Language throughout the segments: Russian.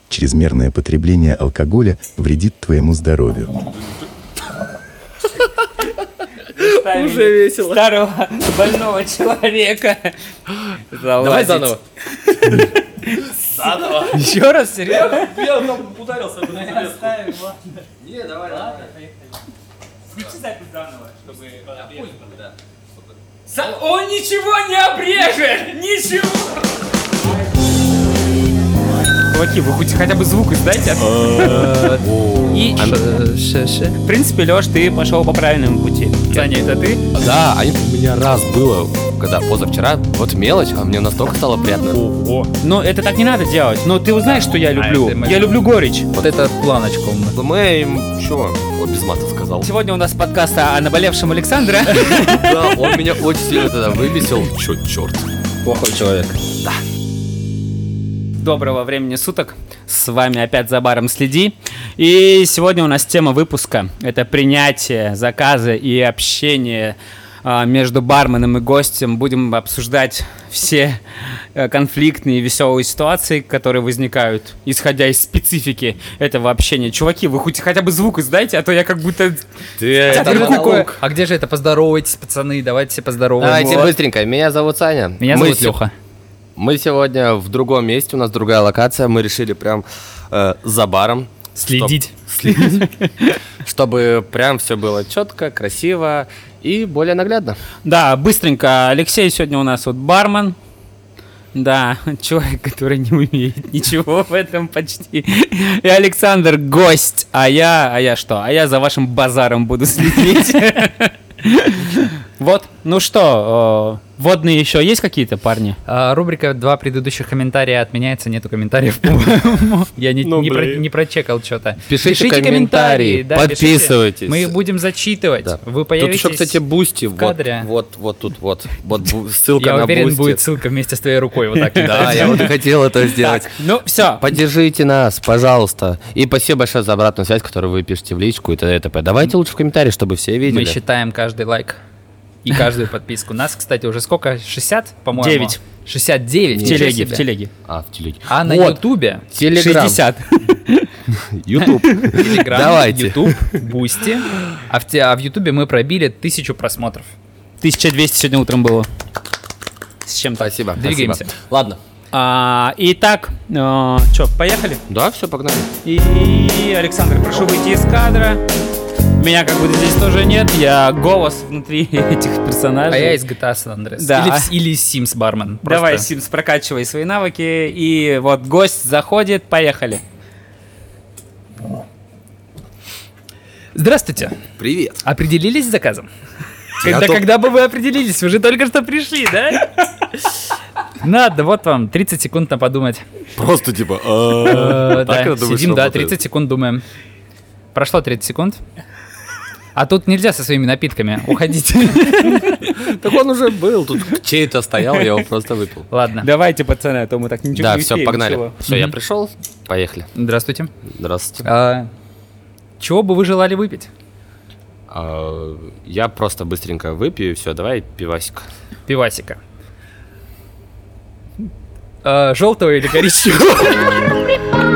Чрезмерное потребление алкоголя вредит твоему здоровью. Уже весело. Старого больного человека. Давай заново. Заново. Еще раз, серьезно? Я там ударился. Не, давай. Включи запись заново, чтобы... Он ничего не обрежет! Ничего! Чуваки, вы хотя бы звук издайте. И, в принципе, Лёш, ты пошел по правильному пути. Саня, это ты? Да, у меня раз было, когда позавчера, вот мелочь, а мне настолько стало приятно. Ого. Но это так не надо делать. Но ты узнаешь, что я люблю. Я люблю горечь. Вот это планочка у нас. Мы им, чё, без мата сказал. Сегодня у нас подкаст о наболевшем Александра. Да, он меня очень сильно тогда выбесил. Чё, чёрт. Плохой человек. Да. Доброго времени суток. С вами опять «За баром следи». И сегодня у нас тема выпуска. Это принятие заказа и общение между барменом и гостем. Будем обсуждать все конфликтные и веселые ситуации, которые возникают, исходя из специфики этого общения. Чуваки, вы хотя бы звук издайте, а то я как будто... А где же это? Поздоровайтесь, пацаны, давайте все поздороваемся. Давайте быстренько. Меня зовут Саня. Меня зовут Леха. Мы сегодня в другом месте, у нас другая локация. Мы решили прям за баром следить. Чтобы прям все было четко, красиво и более наглядно. Да, быстренько. Алексей сегодня у нас вот бармен. Да, человек, который не умеет ничего в этом почти. И Александр гость. А я что? А я за вашим базаром буду следить. Вот, ну что, вводные еще есть какие-то, парни? Рубрика «Два предыдущих комментария» отменяется, нету комментариев, по-моему. Я не прочекал что-то. Пишите комментарии, да, подписывайтесь. Мы их будем зачитывать. Да. Вы появитесь. Тут еще, кстати, Бусти. в кадре. Вот тут. Вот ссылка на Я Бусти. уверен, будет ссылка вместе с твоей рукой. Вот так. Да, я вот и хотел это сделать. Ну, все. Поддержите нас, пожалуйста. И спасибо большое за обратную связь, которую вы пишете в личку и т.д. и т.п. Давайте лучше в комментарии, чтобы все видели. Мы считаем каждый лайк и каждую подписку. Нас, кстати, уже сколько? 60, по-моему? 9. 69. В телеге. В телеге. А на Вот. Ютубе? Телеграм. 60. Ютуб. Телеграм, Давайте. Ютуб, Бусти. А в Ютубе мы пробили 1000 просмотров. 1200 сегодня утром было. С чем-то. Спасибо. Двигаемся. Спасибо. Ладно. Итак, что, поехали? Да, все, погнали. И, Александр, прошу выйти из кадра. Меня как будто здесь тоже нет, я голос внутри этих персонажей. А я из GTA San Andreas. Да. Или из Sims бармен. Давай, Симс, прокачивай свои навыки. И вот гость заходит, поехали. Здравствуйте. Привет. Определились с заказом? Я Когда бы вы определились? Вы же только что пришли, да? Надо, вот вам 30 секунд на подумать. Просто типа... Да, сидим, да, 30 секунд думаем. Прошло 30 секунд. А тут нельзя со своими напитками. Уходите. Так он уже был, тут чей-то стоял, я его просто выпил. Ладно. Давайте, пацаны, а то мы так ничего Да, не все, успеем. погнали. Всего. Все, я пришел, поехали. Здравствуйте. Здравствуйте. Чего бы вы желали выпить? Я просто быстренько выпью, все, давай пивасик. Пивасика. Желтого или коричневого?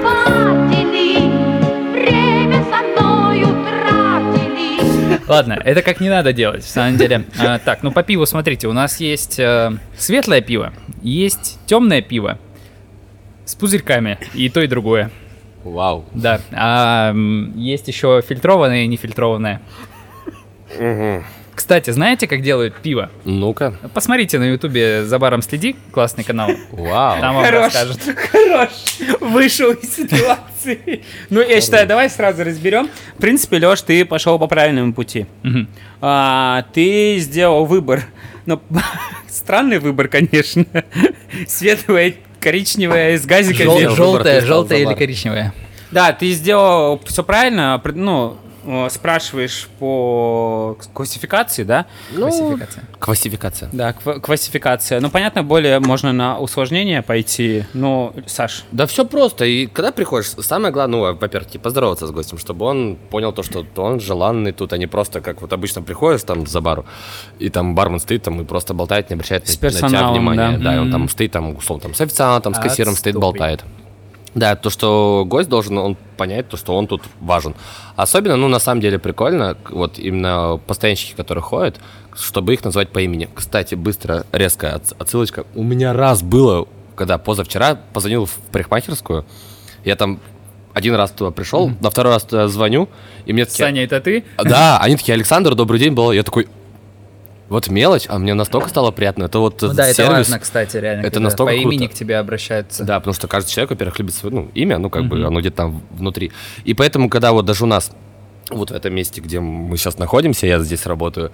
Ладно, это как не надо делать, в самом деле. Так, ну по пиву, смотрите, у нас есть светлое пиво, есть темное пиво с пузырьками, и то, и другое. Вау. Да, есть еще фильтрованное и нефильтрованное. Кстати, знаете, как делают пиво? Ну-ка. Посмотрите на ютубе «За баром следи», классный канал. Вау. Там вам расскажут. Хорош, вышел из ситуации. Ну, я считаю, давай сразу разберем. В принципе, Леш, ты пошел по правильному пути. Ты сделал выбор. Ну, странный выбор, конечно. Светлое, коричневое, с газиками. Желтое или коричневое? Да, ты сделал все правильно. Ну, спрашиваешь по классификации, да? Классификация. Да, классификация. Ну, понятно, более можно на усложнение пойти. Ну, Саш. Да все просто. И когда приходишь, самое главное, ну, во-первых, поздороваться с гостем, чтобы он понял то, что он желанный тут, а не просто, как вот обычно приходишь там за бару, и там бармен стоит там и просто болтает, не обращает на тебя внимания. Да, и он там стоит там, условно, там с официантом, с кассиром стоит, болтает. Да, то, что гость должен он понять, то, что он тут важен. Особенно, на самом деле прикольно, вот именно постоянщики, которые ходят, чтобы их назвать по имени. Кстати, быстро, резкая отсылочка. У меня раз было, когда позавчера позвонил в парикмахерскую, я там один раз туда пришел, на второй раз туда звоню, и мне такие... Саня, это ты? Да, они такие: Александр, добрый день, был. Я такой... Вот мелочь, а мне настолько стало приятно. Это вот Ну да, это сервис. важно, кстати, реально. Это когда настолько по имени круто. к тебе обращаются. Да, потому что каждый человек, во-первых, любит свое имя, бы оно где-то там внутри. И поэтому, когда вот даже у нас, вот в этом месте, где мы сейчас находимся, я здесь работаю,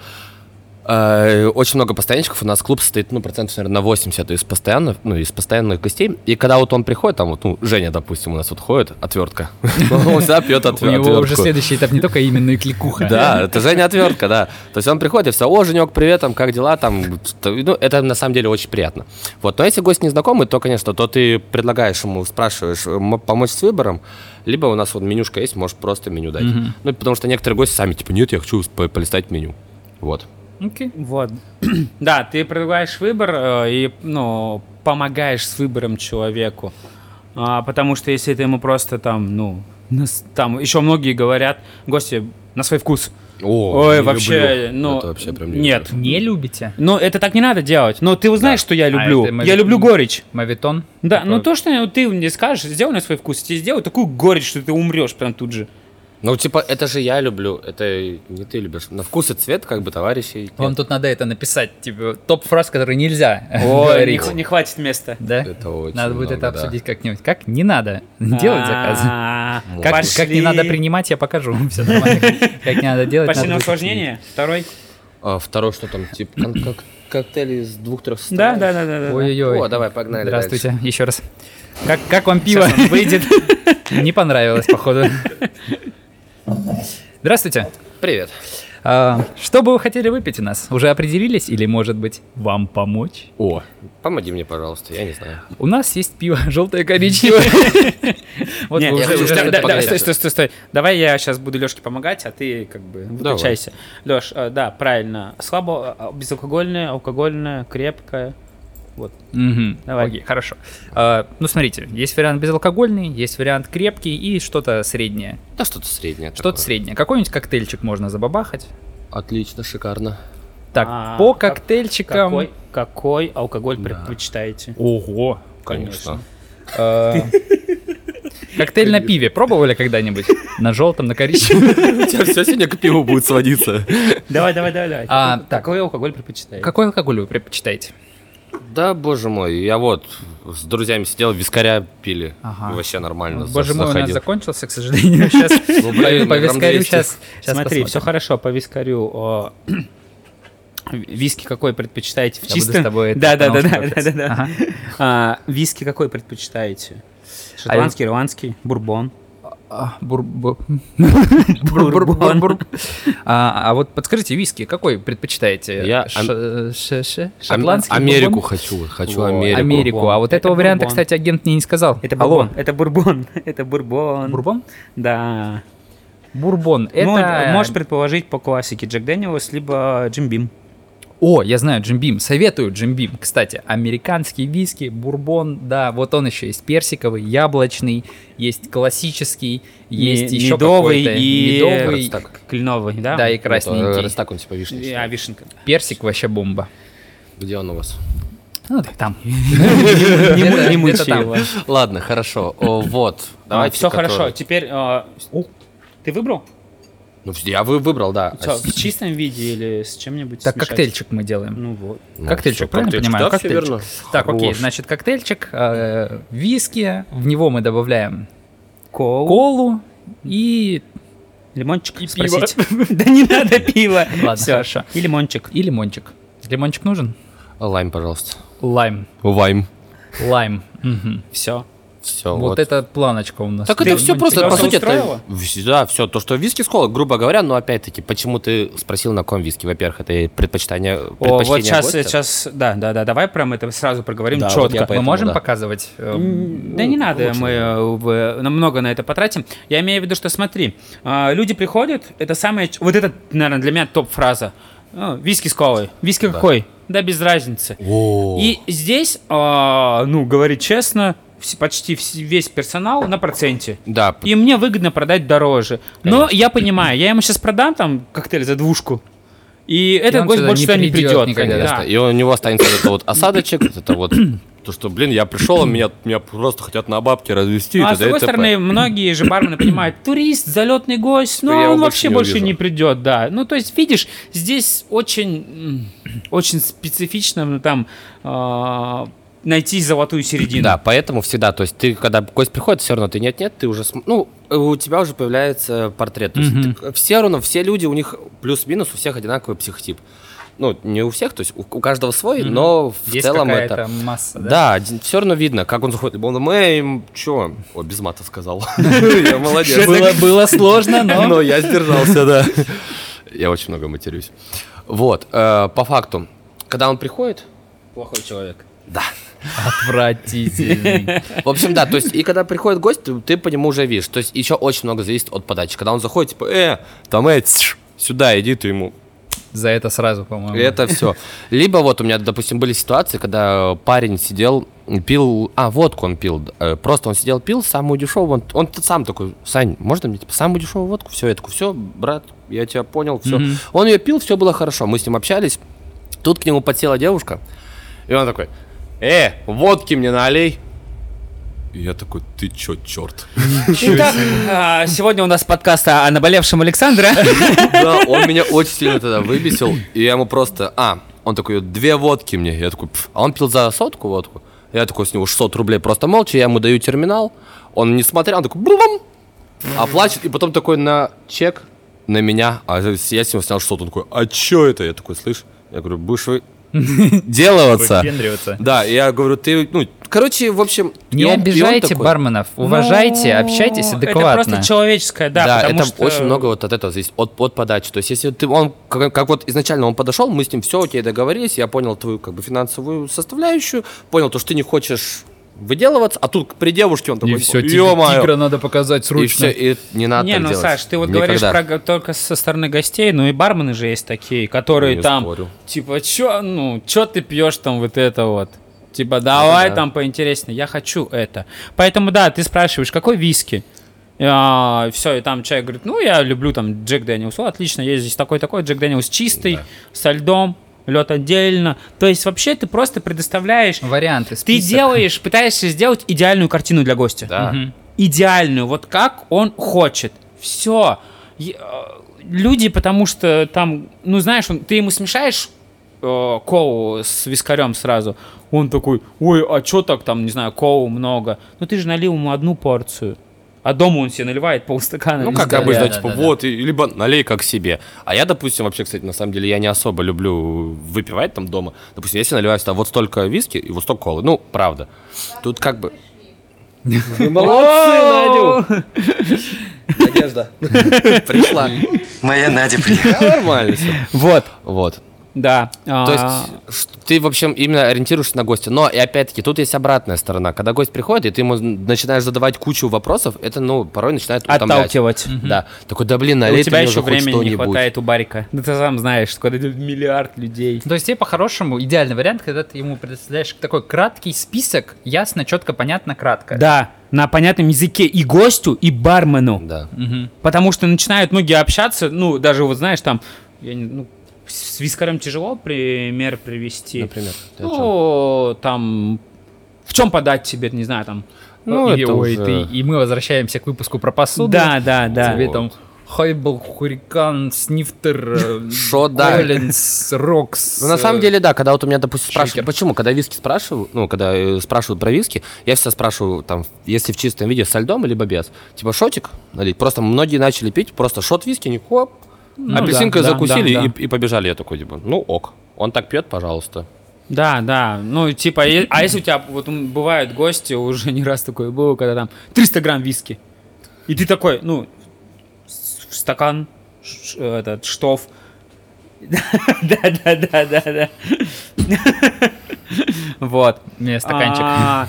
очень много постоянщиков. У нас клуб состоит, процентов, наверное, на 80 из постоянных гостей. И когда вот он приходит, там вот, Женя, допустим, у нас вот ходит, отвертка. Он всегда пьет У него отвертку. уже следующий этап не только имя, но и кликуха. Да, это Женя отвертка, да. То есть он приходит и все: о, Женек, привет, там, как дела, там, это на самом деле очень приятно. Вот, но если гость незнакомый, то, конечно, то ты предлагаешь ему, спрашиваешь, помочь с выбором, либо у нас вот менюшка есть, можешь просто меню дать. Потому что некоторые гости сами, нет, я хочу полистать меню. Вот. Окей. Вот. Да, ты предлагаешь выбор и, помогаешь с выбором человеку. Потому что если ты ему просто там еще многие говорят, гости на свой вкус. Ой, не вообще, люблю. Это вообще прям не нет. люблю. Не любите? Это так не надо делать. Но ты узнаешь, что я люблю. это Я люблю горечь. Мавитон? Да, Такое. то, что ты мне скажешь, сделай на свой вкус, тебе сделаю такую горечь, что ты умрешь прям тут же. Это же я люблю, это не ты любишь. На вкус и цвет, товарищей. Вам тут надо это написать, топ-фраз, которые нельзя Ой, говорить. не хватит места. Да? Это очень Надо будет много, это обсудить как-нибудь. Как не надо делать заказы. Как не надо принимать, я покажу. Все нормально. Как не надо делать. Пошли надо на будет усложнение. Второй. Второй, что там, как коктейли из 2-3 составов? Да. Ой-ой-ой. О, давай, погнали. Здравствуйте, еще раз. Как вам пиво? Выйдет. Не понравилось, походу. Здравствуйте. Привет. Что бы вы хотели выпить у нас? Уже определились или, может быть, вам помочь? О, помоги мне, пожалуйста, я не знаю. У нас есть пиво желтое коричневое. Вот Нет, вы я уже- хочу, уже- да, погнали. стой. Давай я сейчас буду Лёшке помогать, а ты выключайся. Лёш, да, правильно. Слабо, безалкогольное, алкогольное, крепкое. Вот. Мгм. Давай. Окей, хорошо. Смотрите, есть вариант безалкогольный, есть вариант крепкий и что-то среднее. Да, что-то среднее. Что-то такое. среднее. Какой-нибудь коктейльчик можно забабахать. Отлично, шикарно. Так, по как- коктейльчикам... Какой алкоголь предпочитаете? Ого! Конечно. Коктейль на пиве пробовали когда-нибудь? На желтом, на коричневом? У тебя все сегодня к пиву будет сводиться. Давай. Так. Какой алкоголь предпочитаете? Какой алкоголь вы предпочитаете? Да, боже мой, я вот с друзьями сидел, вискаря пили. Ага. Вообще нормально. Боже мой, у нас заходил. закончился, к сожалению. Сейчас блин, по на грамм вискарю 200. сейчас Смотри, все хорошо, по вискарю. Виски какой предпочитаете? В Я буду чистом? с тобой это Да. наушников. Ага. Виски какой предпочитаете? Шотландский, ирландский, бурбон. Бурбон. Бурбон. А вот подскажите, виски какой предпочитаете? Я Шотландский? Америку бурбон? хочу Во, Америку. Америку. А вот Это этого варианта, бурбон. кстати, агент мне не сказал. Это Алло. бурбон. Это бурбон. Это бурбон. Бурбон? Да. Бурбон. Ну, Это... можешь предположить по классике Джек Дэниелс, либо Джим Бим. О, я знаю, Джим Бим. Советую Джим Бим. Кстати, американский виски, бурбон, да, вот он еще есть персиковый, яблочный, есть классический, есть еще медовый какой-то. и Медовый, Ростак. кленовый, да? да, и красненький. Ростак, он типа вишня. А, вишенка. Персик вообще бомба. Где он у вас? Ну, так там. Не Где-то мучай там. его. Ладно, хорошо. Вот. Давайте. Все который- хорошо. Теперь ты выбрал? Ну, я выбрал, да. Чё, в чистом виде или с чем-нибудь Так, смешать? коктейльчик мы делаем. Ну вот. Ну, Коктейльчик, всё, правильно коктейльчик, понимаю? да, всё Коктейльчик. верно. Так, окей, Хорош. значит, коктейльчик, виски, в него мы добавляем Колу. колу и... Лимончик И спросить. Да не надо пива. Ладно, Всё. хорошо. И лимончик. И лимончик. Лимончик нужен? Лайм, пожалуйста. Лайм. Лайм. Лайм. Мгм. Все. Все, Вот это планочка у нас. Так Ты- это все просто, тебя по всё сути, устроило? да, все, то, что виски с колой, грубо говоря, но опять-таки, почему ты спросил, на ком виски? Во-первых, это предпочтение Вот гостя. сейчас, да, давай прям это сразу проговорим Да, вот я четко. Мы поэтому, можем да. показывать? Да не надо, мы намного на это потратим. Я имею в виду, что смотри, люди приходят, это самое, вот это, наверное, для меня топ-фраза. Виски с колой. Виски какой? Да без разницы. О, И здесь, говорить честно, почти весь персонал на проценте. Да, И мне выгодно продать дороже. Но я понимаю, я ему сейчас продам там коктейль за 2. И этот он гость сюда больше не сюда не придет придет. никогда. Да. конечно. И у него останется вот это вот осадочек, это вот то, что, блин, я пришел, меня просто хотят на бабки развести. Ну, а и с т.д. и другой т.п. стороны, многие же бармены понимают, турист, залетный гость, но Я его он больше вообще не больше увижу. не придет, да. Ну, то есть, видишь, здесь очень специфично, ну, там, найти золотую середину. Да, поэтому всегда, то есть ты, когда гость приходит, все равно ты нет-нет, ты уже, ну, у тебя уже появляется портрет. То есть все равно, все люди, у них плюс-минус, у всех одинаковый психотип. Ну, не у всех, то есть у каждого свой, но в Есть целом какая-то это... масса, да? Да, все равно видно, как он заходит. Он, чё? О, без мата сказал. Я молодец. Было сложно, но... Но я сдержался, да. Я очень много матерюсь. Вот, по факту, когда он приходит, плохой человек. Да. Отвратительный. В общем, да, то есть, и когда приходит гость, ты по нему уже видишь. То есть, еще очень много зависит от подачи. Когда он заходит, типа, сюда иди, ты ему... За это сразу, по-моему. Это все. Либо вот у меня, допустим, были ситуации, когда парень сидел, пил... водку он пил. Просто он сидел, пил самую дешевую. Он сам такой, Сань, можно мне, типа, самую дешевую водку? Все, я такой, все, брат, я тебя понял, все. Он ее пил, все было хорошо. Мы с ним общались. Тут к нему подсела девушка, и он такой, водки мне налей. И я такой, ты чё, черт? Итак, сегодня у нас подкаст о наболевшем Александре. Да, он меня очень сильно тогда выбесил, и я ему просто, он такой, 2 водки мне. Я такой, а он пил за 100 водку. Я такой, с него 600 рублей просто молча, я ему даю терминал, он не смотрел, он такой, бум, оплачивает, и потом такой на чек на меня, а я с него снял 600, он такой, а чё это? Я такой, слышь, я говорю, будешь вы делаться? Выпендриваться. Да, и я говорю, ты, короче, в общем... Не и он обижайте такой. барменов, уважайте, общайтесь Это адекватно. просто человеческое, да, Да, потому это что... очень много вот от этого зависит, от подачи. То есть, если ты, он, как вот изначально он подошел, мы с ним все, окей, договорились, я понял твою, как бы, финансовую составляющую, понял то, что ты не хочешь выделываться, а тут при девушке он И такой, все, ё-моё. тигра надо показать И срочно. все, и не надо Не, так ну, делать. Саш, ты вот Никогда. говоришь только со стороны гостей, но и бармены же есть такие, которые Не там, спорю. типа, чё ты пьешь там вот это вот? Типа, давай да. там поинтереснее, я хочу это. Поэтому, да, ты спрашиваешь, какой виски? Все, и там человек говорит, ну, я люблю там Джек Дэниелс. Отлично, есть здесь такой-такой, Джек Дэниелс чистый, со льдом, лед отдельно. То есть, вообще, ты просто предоставляешь... Варианты, Ты список. пытаешься сделать идеальную картину для гостя. Да. Идеальную, вот как он хочет. Все. Люди, потому что там, ну знаешь, ты ему смешаешь колу с вискарем сразу, он такой, ой, а чё так там, не знаю, колу много. Ну ты же налил ему 1 порцию. А дома он себе наливает полстакана. Ну, как вискаря. обычно, да, типа, да, вот, либо налей как себе. А я, допустим, вообще, кстати, на самом деле, я не особо люблю выпивать там дома. Допустим, если наливаю сюда вот столько виски и вот столько колы, ну, правда. Тут как бы... Молодцы, Надю! Надежда. Пришла. Моя Надя приехала. Нормально все. Вот. Да. То есть ты, в общем, именно ориентируешься на гостя. Но, и опять-таки, тут есть обратная сторона. Когда гость приходит, и ты ему начинаешь задавать кучу вопросов, это, порой начинает утомлять. Отталкивать. Да. Такой, да блин, И налей у тебя ты мне еще уже хоть времени не что-нибудь. хватает у барика. Да ты сам знаешь, когда идет миллиард людей. То есть тебе по-хорошему идеальный вариант, когда ты ему предоставляешь такой краткий список, ясно, четко, понятно, кратко. Да, на понятном языке и гостю, и бармену. Да. Потому что начинают многие общаться, ну, даже вот знаешь, там, с вискарем тяжело пример привести. Например. ты о чём? Ну, там, в чем подать тебе, не знаю, там. Ну, и, это ой, уже- и мы возвращаемся к выпуску про посуду. Да. Тебе Вот. там Хайбл, Хурикан, Снифтер, Шо, да. Коллинз, Рокс. Ну, на самом деле, да, когда вот у меня, допустим, спрашивают, Шейкер. почему, когда виски спрашиваю, когда спрашивают про виски, я всегда спрашиваю, там, если в чистом виде со льдом, либо без, типа, шотик налить, просто многие начали пить, просто шот виски, не хоп, апельсинкой да, закусили да. И побежали, я такой, типа, ну, ок, он так пьет, пожалуйста. Да, ну, типа, а если у тебя, вот бывают гости, уже не раз такое было, когда там 300 грамм виски, и ты такой, ну, стакан, этот, штоф. Да. Вот. Не, стаканчик.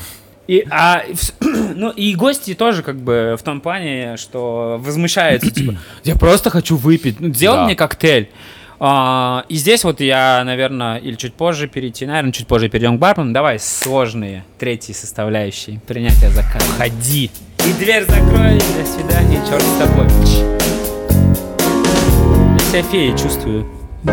Ну, и гости тоже, как бы, в том плане, что возмущаются, типа, я просто хочу выпить, ну, сделай Да. мне коктейль. И здесь вот я, наверное, или чуть позже перейдем к бармену. Давай сложные, третьи составляющие. Принятие заказа. Ходи. И дверь закрой, до свидания, черт с тобой. Я себя феей чувствую.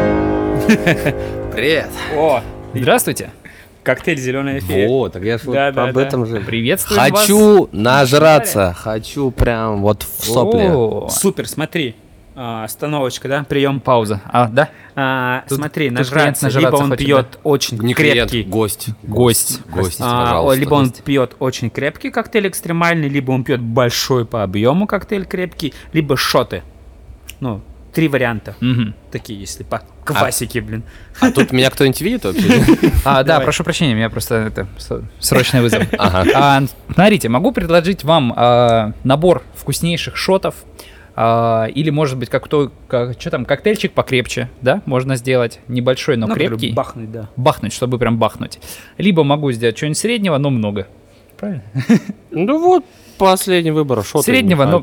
Привет. О, Здравствуйте. коктейль «Зеленая фея». Вот, так я же Да, да, об да. этом же. Приветствую вас. Хочу нажраться, хочу прям вот в сопли. О, Супер, смотри. Остановочка, да, прием. пауза. Да? Тут- Смотри, тут нажраться, клиент либо нажраться он хочет, пьет очень Не крепкий, клиент, гость. Гость. Гость, Либо пожалуйста. он гость. пьет очень крепкий коктейль экстремальный, либо он пьет большой по объему коктейль крепкий, либо шоты. Ну, 3 варианта. Мгм. Такие, если по классике, блин. А тут меня кто-нибудь видит вообще? Да, Давай. прошу прощения, у меня просто срочный вызов. Ага. Смотрите, могу предложить вам набор вкуснейших шотов. Или, может быть, что там, коктейльчик покрепче, да, можно сделать. Небольшой, но Ну, который крепкий. бахнуть, да. Бахнуть, чтобы прям бахнуть. Либо могу сделать что-нибудь среднего, но много. Правильно? Ну вот, последний выбор. Шот Среднего, но-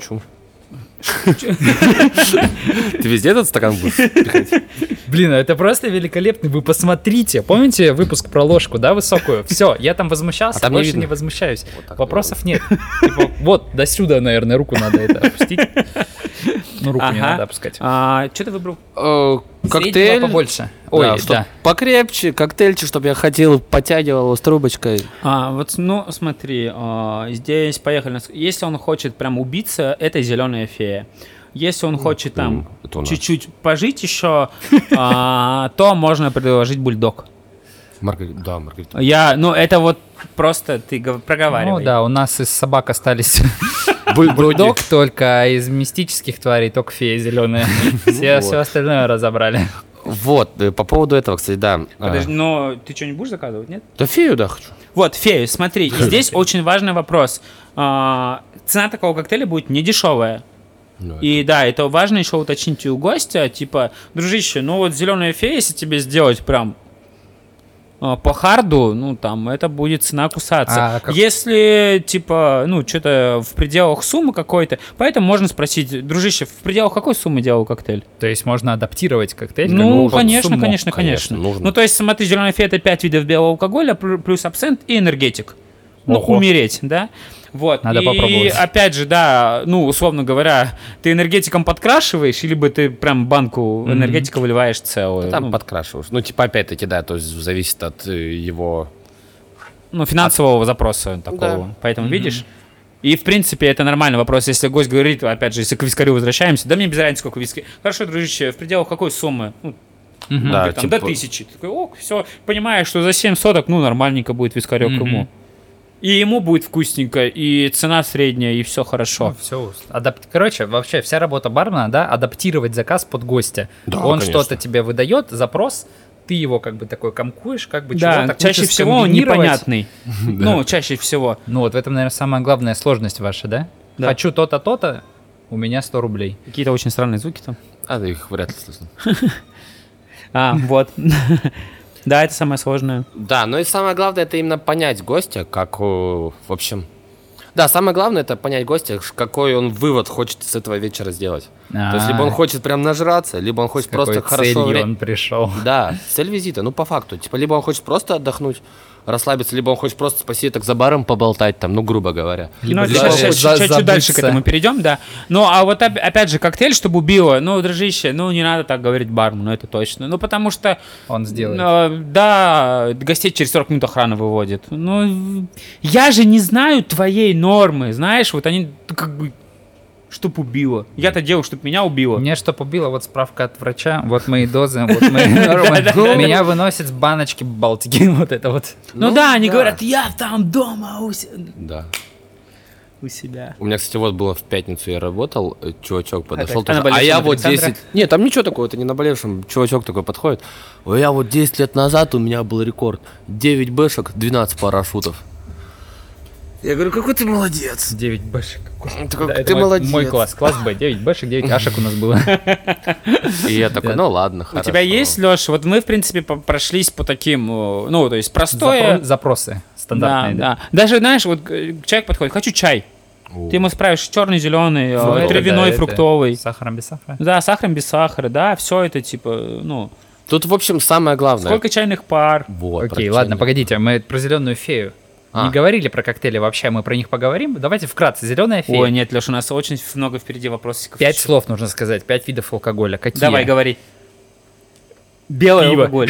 Ты везде этот стакан будешь пихать? Блин, это просто великолепно. Вы посмотрите. Помните выпуск про ложку, да, высокую? Все, я там возмущался, А там не больше видно. не возмущаюсь. Вот так Вопросов нет. Типа, вот, до сюда, наверное, руку надо это опустить. Ну, руку не Ага. надо опускать. Что ты выбрал? Среднего Коктейль. побольше. Ой, Да, чтоб да. покрепче, коктейльчик, чтобы я ходил, подтягивал с трубочкой. Ну, смотри, здесь поехали. Если он хочет прям убиться, это «Зеленая фея». Если он хочет там это у нас. чуть-чуть пожить еще, то можно предложить бульдог. Маргарита. Ну, это вот просто ты проговаривай. Ну да, у нас из собак остались Бульдог. бульдог только, а из мистических тварей только фея зеленая. Все Вот. остальное разобрали. Вот, по поводу этого, кстати, да. Подожди, но ты что-нибудь будешь заказывать, нет? Да фею, да, хочу. Вот, фею, смотри, и здесь очень важный вопрос. Цена такого коктейля будет не дешевая. Ну, И да, это важно еще уточнить у гостя, типа, дружище, ну вот «Зеленая фея», если тебе сделать прям по харду, ну там, это будет цена кусаться. А как- Если, типа, ну, что-то в пределах суммы какой-то, поэтому можно спросить, дружище, в пределах какой суммы делал коктейль? То есть можно адаптировать коктейль. как Ну, бы под конечно, сумму. конечно. Конечно, нужно. Ну, то есть, смотри, «Зеленая фея» — это 5 видов белого алкоголя, плюс абсент и энергетик. Ну, Ого. умереть, да? Вот. Надо и попробовать. опять же, да, ну, условно говоря, ты энергетиком подкрашиваешь, либо ты прям банку энергетика выливаешь целую. Там ну, подкрашиваешь. Ну, типа, опять-таки, да, то есть зависит от его... ну, финансового запроса такого. Да. Поэтому, видишь? И, в принципе, это нормальный вопрос. Если гость говорит, опять же, если к вискарю возвращаемся, да мне без разницы, сколько виски. Хорошо, дружище, в пределах какой суммы? Ну, Да, говорит, там, типа... до 1000. Ты такой, ок, все, понимаешь, что за 7 соток, ну, нормальненько будет вискарек ему. И ему будет вкусненько, и цена средняя, и все хорошо. Все. Короче, вообще вся работа бармена, да, адаптировать заказ под гостя. Да, Он конечно. что-то тебе выдает, запрос, ты его как бы такой комкуешь, как бы Да, чего так чаще лучше всего он скомбинировать. непонятный. Ну, чаще всего. Ну вот в этом, наверное, самая главная сложность ваша, да? Да. Хочу то-то, то-то, у меня 100 рублей. Какие-то очень странные звуки там. А, да, их вряд ли слышно. Вот. Да, это самое сложное. Да, но и самое главное, это именно понять гостя, как, в общем... Да, самое главное, это понять гостя, какой он вывод хочет с этого вечера сделать. То есть, либо он хочет прям нажраться, либо он хочет просто хорошо... он пришел. Да, цель визита, ну, по факту. Типа, либо он хочет просто отдохнуть, расслабиться, либо он хочет просто посидеть так за баром поболтать там, ну, грубо говоря. Ну, Либо сейчас за- чуть дальше к забыться. этому перейдем, да. Ну, а вот опять же, коктейль, чтобы убило, ну, дружище, ну, не надо так говорить бармену, это точно. Ну, потому что... Он сделает. Да, гостей через 40 минут охрана выводит. Ну, я же не знаю твоей нормы, знаешь, вот они как бы... Чтоб убило. Я-то делал, чтоб меня убило. Мне что побило, вот справка от врача, вот мои дозы, вот мои нормы. Меня выносят с баночки Балтики, вот это вот. Ну да, они говорят, я там дома у Да. себя. У меня, кстати, вот было в пятницу, я работал, чувачок подошел, Опять? А тоже, на а я болевшем вот Александра? 10... Нет, там ничего такого, это не наболевшим, чувачок такой подходит. «Ой, я вот 10 лет назад у меня был рекорд, 9 бэшек, 12 парашютов». Я говорю, какой ты молодец. 9 бэшек. Он такой, Да, это ты молодец. мой класс, класс Б, 9 бэшек, 9 ашек у нас было. И я такой, ну ладно, У хорошо. тебя есть, Леша? Вот мы, в принципе, прошлись по таким, то есть простое... Запросы стандартные, Да. Даже, знаешь, вот человек подходит, хочу чай. Ты ему справишь черный, зеленый, Ну, травяной, это фруктовый. С сахаром, без сахара. Да, сахаром без сахара, да, все это типа, ну, Тут, в общем, самое главное. сколько чайных пар. Вот, Окей, про ладно, чайник. погодите, мы про зеленую фею не говорили про коктейли вообще, мы про них поговорим. Давайте вкратце. Зеленая фея. Ой, нет, Леша, у нас очень много впереди вопросиков. 5 слов нужно сказать, 5 видов алкоголя. Какие? Давай, говори. Белый Пиво. алкоголь.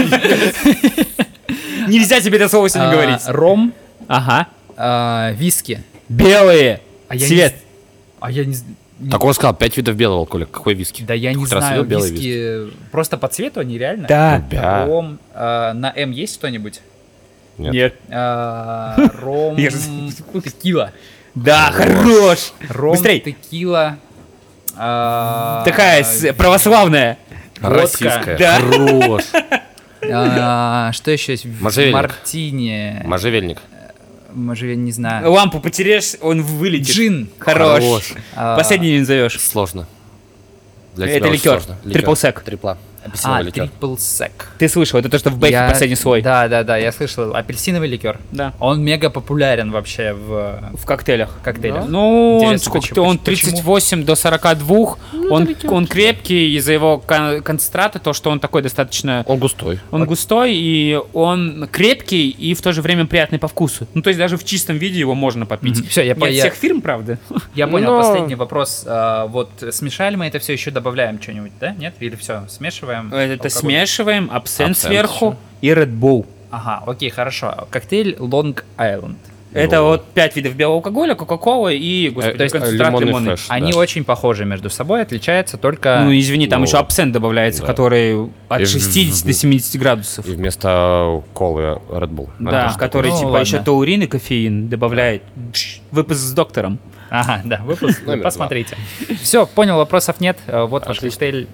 Нельзя тебе это слово сегодня говорить. Ром, Ага. виски. Белые. А я Цвет. А я не... Так он сказал, 5 видов белого алкоголя. Какой виски? Да я Ты не хоть раз знаю, видел белый виски... Просто по цвету они реально? Да. Да. Ром, на М есть что-нибудь? Нет. Ром, Я же- текила. Да, хорош. Ром, Быстрей. текила. Такая православная. Российская. Да. Хорош. Что еще есть? Можжевельник. Мартини. Можжевельник. Можжевельник, не знаю. Лампу потеряешь, он вылетит. Джин. Хорош. Хорош. Последний не назовешь. Сложно. Для Это тебя очень ликер. сложно. Трипл сек. Трипла. Апельсиновый ликер. трипл сек. Ты слышал, это то, что в бэке последний слой. Да, я слышал. Апельсиновый ликер. Да. Он мега популярен вообще в В коктейлях. коктейлях. Ну, он Интересно, сколько-то, он почему? 38 до 42. Он крепкий из-за его концентрата, то, что он такой достаточно... Он густой. Он густой, и он крепкий, и в то же время приятный по вкусу. Ну, то есть даже в чистом виде его можно попить. Мгм. Всё, я Не от по- всех фирм, правда. Я понял, Но- последний вопрос. Вот смешали мы это все, еще добавляем что-нибудь, да? Нет? Или все, смешиваем? Это алкоголь? смешиваем, абсент Абсент сверху еще. и Red Bull. Ага, окей, хорошо. Коктейль Long Island. Это вот 5 видов белого алкоголя, кока-кола и, господи, то есть концентрат лимонный лимонный. фреш. Они Да. очень похожи между собой, отличаются только... Ну, извини, там Ну, еще абсент добавляется, да. который от И 60 до 70 градусов. И вместо колы Red Bull. Да, Это который Ну, типа ладно. еще таурин и кофеин добавляет. Выпуск с доктором. Ага, да, выпуск, Номер посмотрите. Все, понял, вопросов нет. Вот ваш коктейль.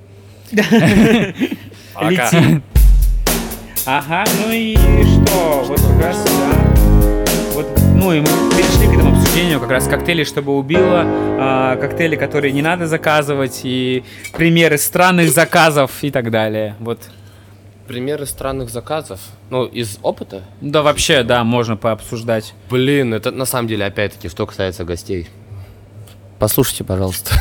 Лети. Ага, ну и что? Вот как раз, да. Вот, ну и мы перешли к этому обсуждению как раз коктейли, чтобы убило, коктейли, которые не надо заказывать, и примеры странных заказов и так далее. Вот. Примеры странных заказов. Ну, из опыта? Да, вообще, да, можно пообсуждать. Блин, это на самом деле, опять-таки, что касается гостей. Послушайте, пожалуйста.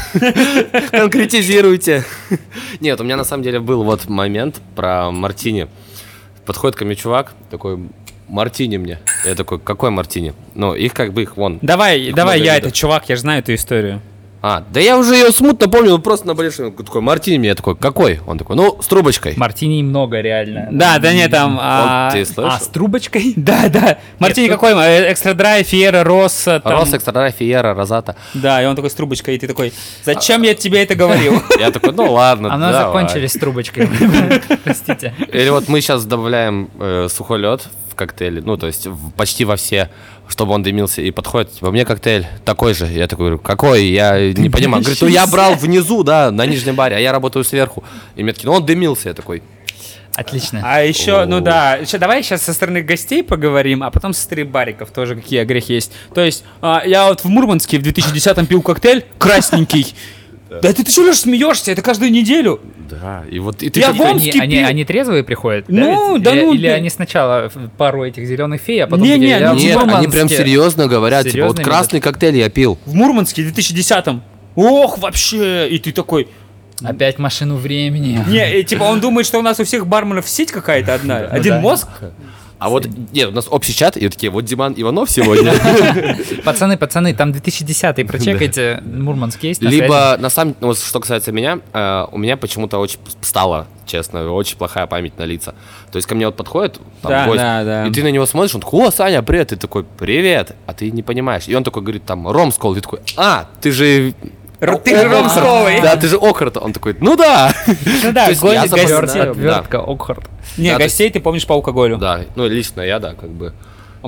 Конкретизируйте. Нет, у меня на самом деле был вот момент про мартини. Подходит ко мне чувак, такой, мартини мне. Я такой, какой мартини? Ну, их как бы, их вон. Давай Их я, много видов. этот чувак, я же знаю эту историю. Да я уже ее смутно помню, просто на большом. Такой, мартини мне. Я такой, какой? Он такой, ну, с трубочкой. Мартини много, реально. Да, нет, там... Он, ты слышал? С трубочкой? Да. Мартини тут- какой? Экстра драй, Фиера, Росса. там. Рос, экстра, Фиера, Розата. Да, и он такой с трубочкой, и ты такой, зачем я тебе это говорил? Я такой, ну ладно, А у нас давай. закончились с трубочкой. Простите. Или вот мы сейчас добавляем сухой лед в коктейли, ну, то есть почти во все, чтобы он дымился, и подходит, типа, мне коктейль такой же. Я такой говорю, какой? Я не понимаю. Говорит, ну я брал внизу, да, на нижнем баре, а я работаю сверху. И мне такие, ну он дымился. Я такой, Отлично. А еще, ну да, давай сейчас со стороны гостей поговорим, а потом со стороны бариков тоже какие огрехи есть. То есть, я вот в Мурманске в 2010-м пил коктейль красненький. Да ты что, Леш, смеешься? Это каждую неделю. да, и вот и ты Я как- в Омске Они, пил. они трезвые приходят? Ну, ведь? да Или, ну, или да. они сначала пару этих зеленых фей, а потом Не, такие, не, «Я ну, в Нет, они прям Мурманске». серьезно говорят, типа, вот Серьезно красный коктейль я пил. В Мурманске в 2010-м. Ох, вообще. И ты такой... Опять машину времени. Не, типа он думает, что у нас у всех барменов сеть какая-то одна. Один да. мозг. А вот, нет, у нас общий чат, и такие, вот Диман Иванов сегодня. Пацаны, там 2010-й, прочекайте, Мурманск есть на Либо, на самом деле, что касается меня, у меня почему-то очень стала, честно, очень плохая память на лица. То есть ко мне вот подходит там, Да, гость, да. и ты на него смотришь, он такой, о, Саня, привет, ты такой, привет, а ты не понимаешь. И он такой говорит, там, ром скол, ты такой, ты же... Ты же Ромсковый. Да, ты же Охарт. Он такой, ну да. Ну да, То есть я запоминаю, Отвертка, Окхард. Не, Да, то гостей ты помнишь по алкоголю. Да, ну лично я, да, как бы.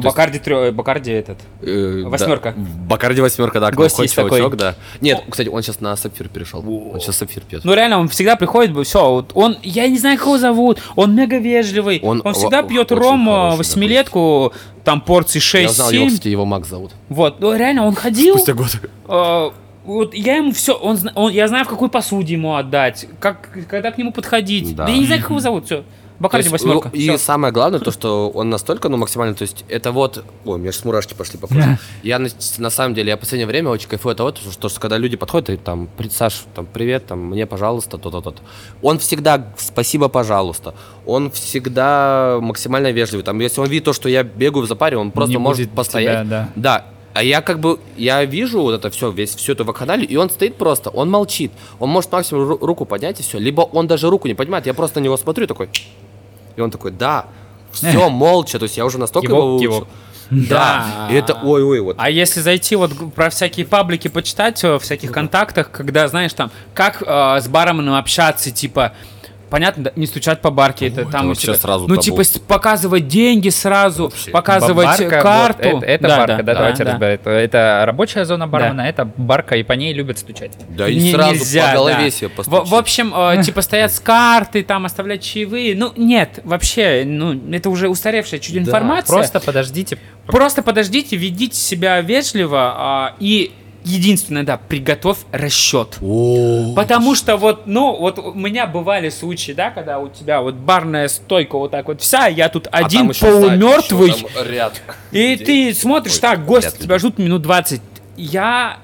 Бакарди этот. Восьмерка. Бакарди восьмерка, да, Гость какой есть такой. чувачок, да. Нет, кстати, он сейчас на сапфир перешел. Он сейчас сапфир пьет. Ну реально, он всегда приходит, все, вот он, я не знаю, как его зовут, он мега вежливый, он всегда пьет очень ром, хороший, восьмилетку, там порций Я знал его, 6-7. кстати, его Макс зовут. Вот, ну реально, он ходил, Спустя год. вот я ему все, я знаю, в какой посуде ему отдать, когда к нему подходить. Да. Да я не знаю, как его зовут, все. Бакарди То есть, восьмерка. И Всё. самое главное, то, что он настолько, максимально, то есть, это вот... Ой, у меня сейчас мурашки пошли по коже. Я, на самом деле, я в последнее время очень кайфую от того, что когда люди подходят и там, Саш, там, привет, там, мне, пожалуйста, то-то. Он всегда спасибо, пожалуйста. Он всегда максимально вежливый. Там, если он видит то, что я бегаю в запаре, он просто Не может будет постоять. тебя, да. Да. А я вижу вот это все, всю эту вакханалию, и он стоит просто, он молчит. Он может максимум руку поднять и все. Либо он даже руку не поднимает, я просто на него смотрю и такой... И он такой, да, все молча, то есть я уже настолько его выучил. Кивок. Да, и это, ой-ой, вот. А если зайти вот про всякие паблики почитать, в всяких контактах, когда, знаешь, там, как с барменом общаться, типа, понятно, да, не стучать по барке, это там вообще типа, сразу ну, табу. типа, показывать деньги сразу, показывать Барка, карту. вот, это барка, да, давайте да. разбирать. Это рабочая зона бармена, это барка, и по ней любят стучать. Да и сразу Нельзя, по голове да. себе постучить. В общем, типа стоят с карты, там оставлять чаевые. Ну, нет, вообще, ну, это уже устаревшая чуть информация. Просто подождите. Просто подождите, ведите себя вежливо и единственное, да, приготовь расчет. Потому что вот, ну, вот у меня бывали случаи, да, когда у тебя вот барная стойка вот так вот вся, я тут А один там еще полумертвый, сзади, еще там ряд. и ты смотришь, так, гости ряд тебя ждут минут 20. Я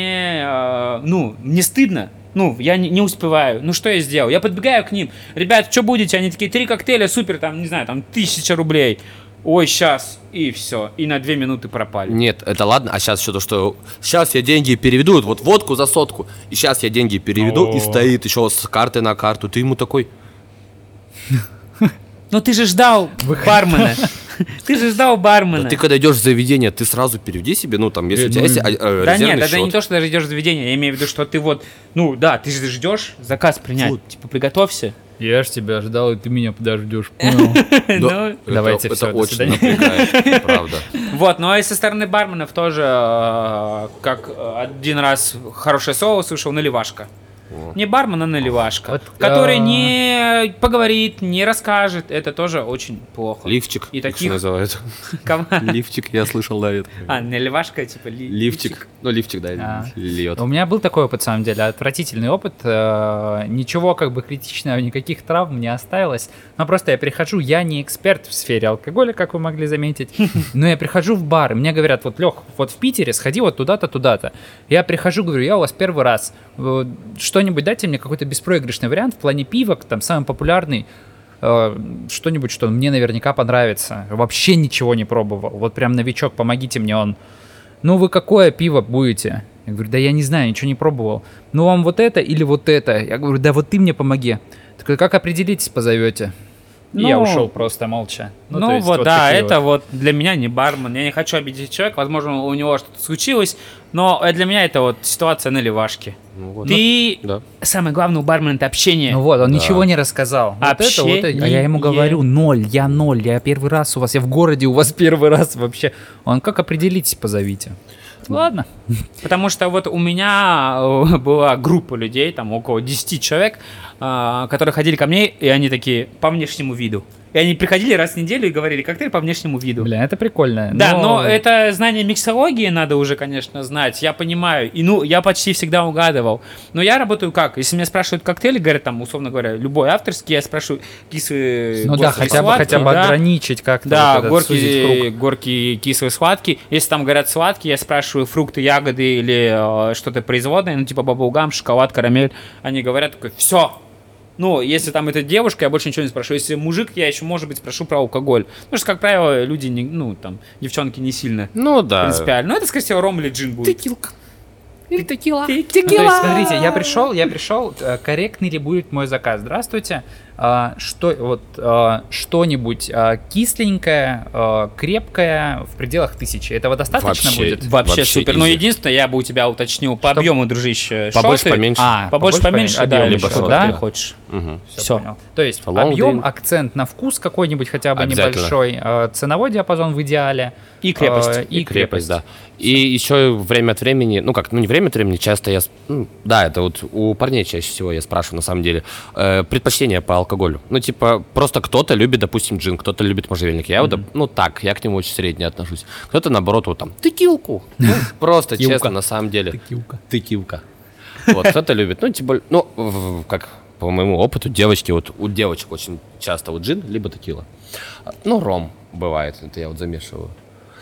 мне стыдно. Ну, я не успеваю. Ну, что я сделал? Я подбегаю к ним. Ребят, что будете? Они такие, 3 коктейля, супер, там, не знаю, там, 1000 рублей. Ой, сейчас, и все. И на 2 минуты пропали. Нет, это ладно, а сейчас еще то, что... Сейчас я деньги переведу, вот водку за 100, и сейчас я деньги переведу, и стоит еще с карты на карту. Ты ему такой... Но ты же ждал бармена. Ты же ждал бармена. Да ты когда идешь в заведение, ты сразу переведи себе, ну там, если у тебя есть Да резервный нет, это не счет. то, что даже идешь в заведение. Я имею в виду, что ты вот, ну да, ты же ждешь заказ принять. Вот. Типа, приготовься. Я ж тебя ждал, и ты меня подождешь. Понял? Ну, Давайте это всё, до очень свидания. напрягает, правда. вот, но и со стороны барменов тоже, как один раз хорошее слово слышал, наливашка. Не бармен, а наливашка. Вот, Который не поговорит, не расскажет. Это тоже очень плохо. Лифчик, И их таких- называют. Кого? Лифчик, я слышал, да, это. А, наливашка, типа Лифчик. Ну, лифчик, да, А. льет. У меня был такой опыт, на самом деле, отвратительный опыт. Ничего как бы критичного, никаких травм не осталось. Но просто я прихожу, я не эксперт в сфере алкоголя, как вы могли заметить. Но я прихожу в бар, и мне говорят, вот, Лех, вот в Питере сходи вот туда-то, туда-то. Я прихожу, говорю, я у вас первый раз. Что-нибудь дайте мне какой-то беспроигрышный вариант в плане пива, там самый популярный. Что-нибудь, что мне наверняка понравится. Вообще ничего не пробовал. Вот прям новичок, помогите мне. Он, ну вы какое пиво будете? Я говорю, да я не знаю, ничего не пробовал. Ну вам вот это или вот это? Я говорю, да вот ты мне помоги. Такой, как определитесь, позовете? И я Ну, ушел просто молча. Ну, то есть вот, да, такие это вот для меня не бармен. Я не хочу обидеть человека, возможно, у него что-то случилось, но для меня это вот ситуация наливашки. Ну, вот. Ты, Да. самое главное у бармена это общение. Ну вот, он ничего не рассказал. Вот это, Общение. а я ему говорю, ноль, я первый раз у вас, я в городе у вас первый раз вообще. Он, как определитесь, позовите. Ладно. Потому что вот у меня была группа людей, там около 10 человек, которые ходили ко мне, и они такие по внешнему виду. И они приходили раз в неделю и говорили, коктейль по внешнему виду. Бля, это прикольно. Да, но это знание миксологии надо уже, конечно, знать. Я понимаю. И, ну, я почти всегда угадывал. Но я работаю как? Если меня спрашивают коктейли, говорят, там, условно говоря, любой авторский, я спрашиваю кислые, Ну да, горькие, хотя бы сладкие, да? ограничить как-то. Да, вот этот, сузить круг. горькие, кислые, сладкие. Если там говорят сладкие, я спрашиваю фрукты, ягоды или что-то производное, ну, типа баблгам, шоколад, карамель. Они говорят, такой, все. Ну, если там это девушка, я больше ничего не спрашиваю. Если мужик, я еще, может быть, спрошу про алкоголь. Потому что, как правило, люди, не, ну, там, девчонки не сильно Ну да. принципиально. Ну, это, скорее всего, ром или джин будет. Текилка. Или текила. Ну, то есть, смотрите, я пришел, корректный ли будет мой заказ? Здравствуйте. Что-нибудь кисленькое, крепкое в пределах 1000. Этого достаточно Вообще. будет? Вообще Вообще супер. Но easy. единственное, я бы у тебя уточнил по объему, дружище. Побольше, шоты. поменьше. Побольше, поменьше, да, объем, либо либо что шоты, ты да. хочешь. Мгм. Все. Понял. То есть Long объем, drink. акцент на вкус какой-нибудь хотя бы Обязательно. небольшой, ценовой диапазон в идеале. И крепость. И крепость, да. И еще время от времени, не время от времени, часто я, да, это вот у парней чаще всего я спрашиваю, на самом деле, предпочтение по алкоголю. Ну, типа, просто кто-то любит, допустим, джин, кто-то любит можжевельник. Я вот, я к нему очень средне отношусь. Кто-то, наоборот, вот там, текилку. Ну, просто, честно, на самом деле. Текилка. Вот, кто-то любит. Ну, тем более, по моему опыту, девочки, вот у девочек очень часто вот джин, либо текила. Ну, ром бывает, это я вот замешиваю.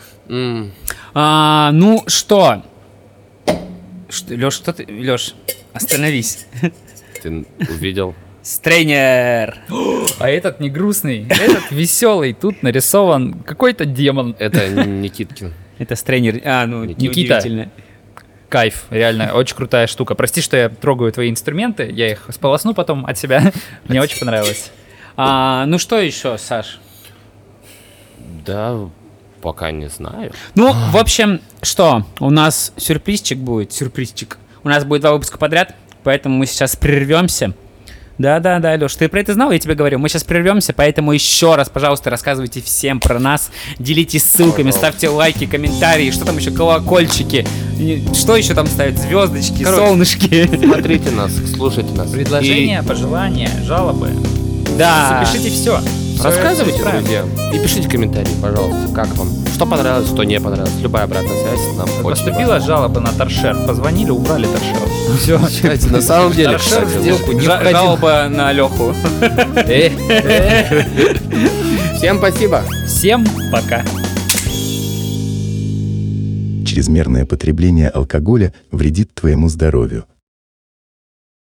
Ну что? Лёш, что ты? Лёш, остановись. Ты увидел? Стрейнер. А этот не грустный, этот веселый. Тут нарисован какой-то демон. Это Никиткин. Это стрейнер. Никита. Неудивительно. Кайф, реально, очень крутая штука. Прости, что я трогаю твои инструменты, я их сполосну потом от себя. Мне очень понравилось. Ну что еще, Саш? Да, пока не знаю. Ну, в общем, что? У нас сюрпризчик будет. Сюрпризчик. У нас будет 2 выпуска подряд, поэтому мы сейчас прервемся. Да, Леш, ты про это знал? Я тебе говорю. Мы сейчас прервемся, поэтому еще раз, пожалуйста, рассказывайте всем про нас. Делитесь ссылками, ставьте лайки, комментарии. Что там еще? Колокольчики. Что еще там ставить? Звездочки, солнышки. Смотрите нас, слушайте нас. Предложения, пожелания, жалобы. Да. Запишите все. Рассказывайте, друзья, и пишите комментарии, пожалуйста, как вам, что понравилось, что не понравилось. Любая обратная связь нам очень Поступила важна. жалоба на торшер. Позвонили, убрали торшер. Все. Кстати, на самом деле, Торшер в кстати, сделку не входил. Жалоба на Леху. Всем спасибо. Всем пока. Чрезмерное потребление алкоголя вредит твоему здоровью.